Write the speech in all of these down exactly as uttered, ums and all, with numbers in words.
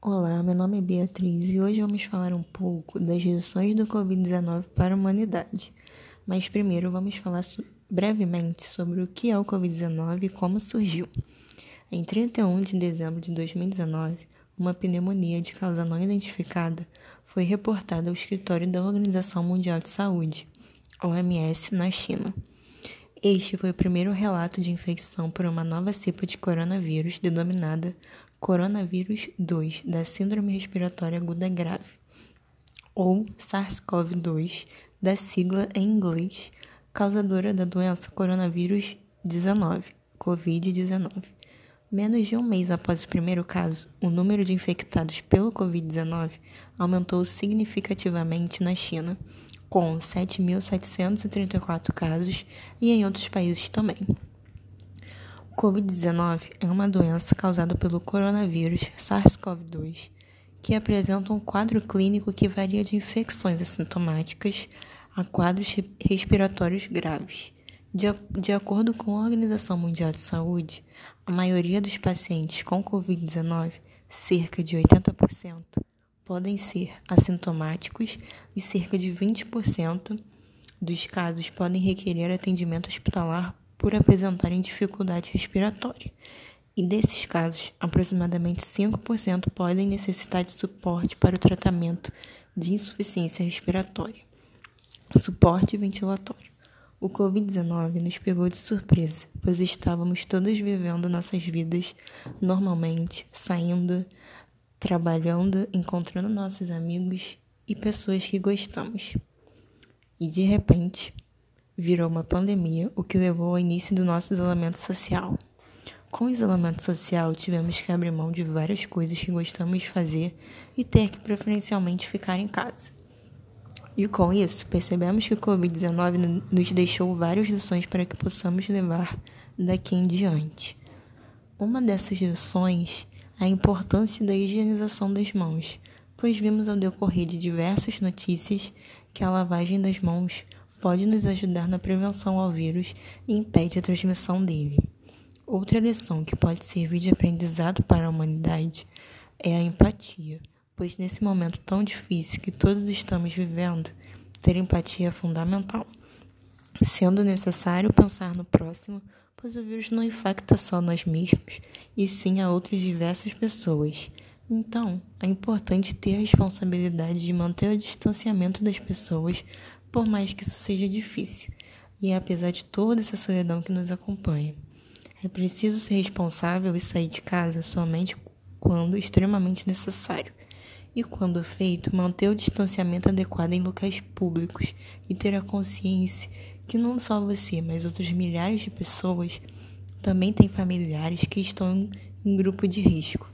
Olá, meu nome é Beatriz e hoje vamos falar um pouco das lições do covid dezenove para a humanidade. Mas primeiro vamos falar so- brevemente sobre o que é o covid dezenove e como surgiu. Em trinta e um de dezembro de dois mil e dezenove, uma pneumonia de causa não identificada foi reportada ao escritório da Organização Mundial de Saúde, O M S, na China. Este foi o primeiro relato de infecção por uma nova cepa de coronavírus denominada coronavírus dois da Síndrome Respiratória Aguda Grave, ou SARS-CoV dois, da sigla em inglês, causadora da doença coronavírus dezenove, covid dezenove. Menos de um mês após o primeiro caso, o número de infectados pelo covid dezenove aumentou significativamente na China, com sete mil setecentos e trinta e quatro casos e em outros países também. O covid dezenove é uma doença causada pelo coronavírus SARS-CoV dois, que apresenta um quadro clínico que varia de infecções assintomáticas a quadros respiratórios graves. De, de acordo com a Organização Mundial de Saúde, a maioria dos pacientes com covid dezenove, cerca de oitenta por cento, podem ser assintomáticos e cerca de vinte por cento dos casos podem requerer atendimento hospitalar por apresentarem dificuldade respiratória. E desses casos, aproximadamente cinco por cento podem necessitar de suporte para o tratamento de insuficiência respiratória. Suporte ventilatório. O covid dezenove nos pegou de surpresa, pois estávamos todos vivendo nossas vidas normalmente, saindo, trabalhando, encontrando nossos amigos e pessoas que gostamos. E de repente, virou uma pandemia, o que levou ao início do nosso isolamento social. Com o isolamento social, tivemos que abrir mão de várias coisas que gostamos de fazer e ter que preferencialmente ficar em casa. E com isso, percebemos que o covid dezenove nos deixou várias lições para que possamos levar daqui em diante. Uma dessas lições é a importância da higienização das mãos, pois vimos ao decorrer de diversas notícias que a lavagem das mãos pode nos ajudar na prevenção ao vírus e impede a transmissão dele. Outra lição que pode servir de aprendizado para a humanidade é a empatia, pois nesse momento tão difícil que todos estamos vivendo, ter empatia é fundamental, sendo necessário pensar no próximo, pois o vírus não infecta só nós mesmos, e sim a outras diversas pessoas. Então, é importante ter a responsabilidade de manter o distanciamento das pessoas, por mais que isso seja difícil, e apesar de toda essa solidão que nos acompanha. É preciso ser responsável e sair de casa somente quando extremamente necessário. E quando feito, manter o distanciamento adequado em locais públicos e ter a consciência que não só você, mas outros milhares de pessoas também têm familiares que estão em grupo de risco.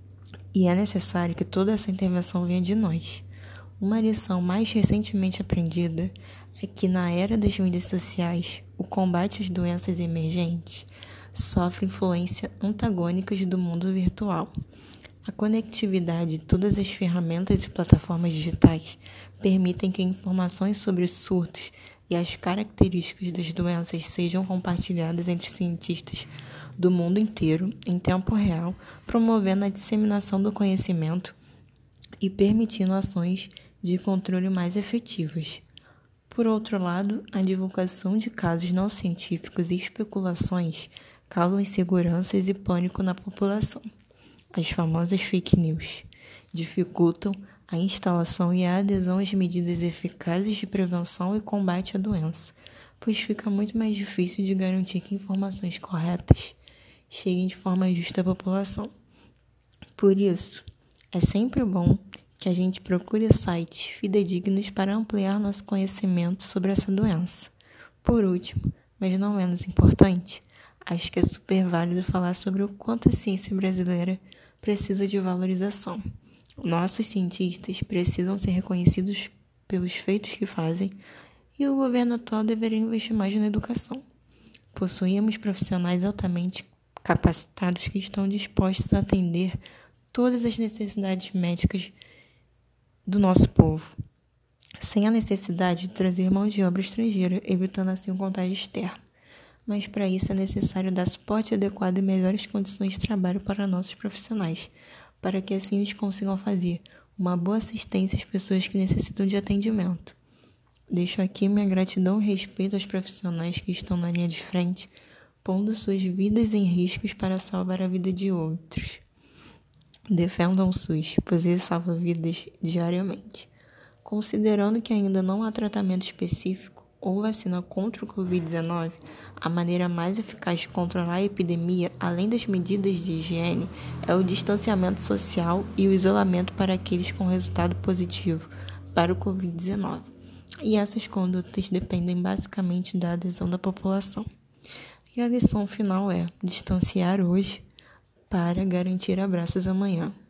E é necessário que toda essa intervenção venha de nós. Uma lição mais recentemente aprendida é que na era das mídias sociais, o combate às doenças emergentes sofre influência antagônicas do mundo virtual. A conectividade de todas as ferramentas e plataformas digitais permitem que informações sobre os surtos e as características das doenças sejam compartilhadas entre cientistas do mundo inteiro em tempo real, promovendo a disseminação do conhecimento e permitindo ações de controle mais efetivas. Por outro lado, a divulgação de casos não científicos e especulações causam inseguranças e pânico na população. As famosas fake news dificultam a instalação e a adesão às medidas eficazes de prevenção e combate à doença, pois fica muito mais difícil de garantir que informações corretas cheguem de forma justa à população. Por isso, é sempre bom que a gente procure sites fidedignos para ampliar nosso conhecimento sobre essa doença. Por último, mas não menos importante, acho que é super válido falar sobre o quanto a ciência brasileira precisa de valorização. Nossos cientistas precisam ser reconhecidos pelos feitos que fazem e o governo atual deveria investir mais na educação. Possuímos profissionais altamente capacitados que estão dispostos a atender todas as necessidades médicas do nosso povo, sem a necessidade de trazer mão de obra estrangeira, evitando assim o contágio externo. Mas para isso é necessário dar suporte adequado e melhores condições de trabalho para nossos profissionais, para que assim eles consigam fazer uma boa assistência às pessoas que necessitam de atendimento. Deixo aqui minha gratidão e respeito aos profissionais que estão na linha de frente, pondo suas vidas em riscos para salvar a vida de outros. Defendam o SUS, pois ele salva vidas diariamente. Considerando que ainda não há tratamento específico ou vacina contra o covid dezenove, a maneira mais eficaz de controlar a epidemia, além das medidas de higiene, é o distanciamento social e o isolamento para aqueles com resultado positivo para o covid dezenove. E essas condutas dependem basicamente da adesão da população. E a lição final é distanciar hoje para garantir abraços amanhã.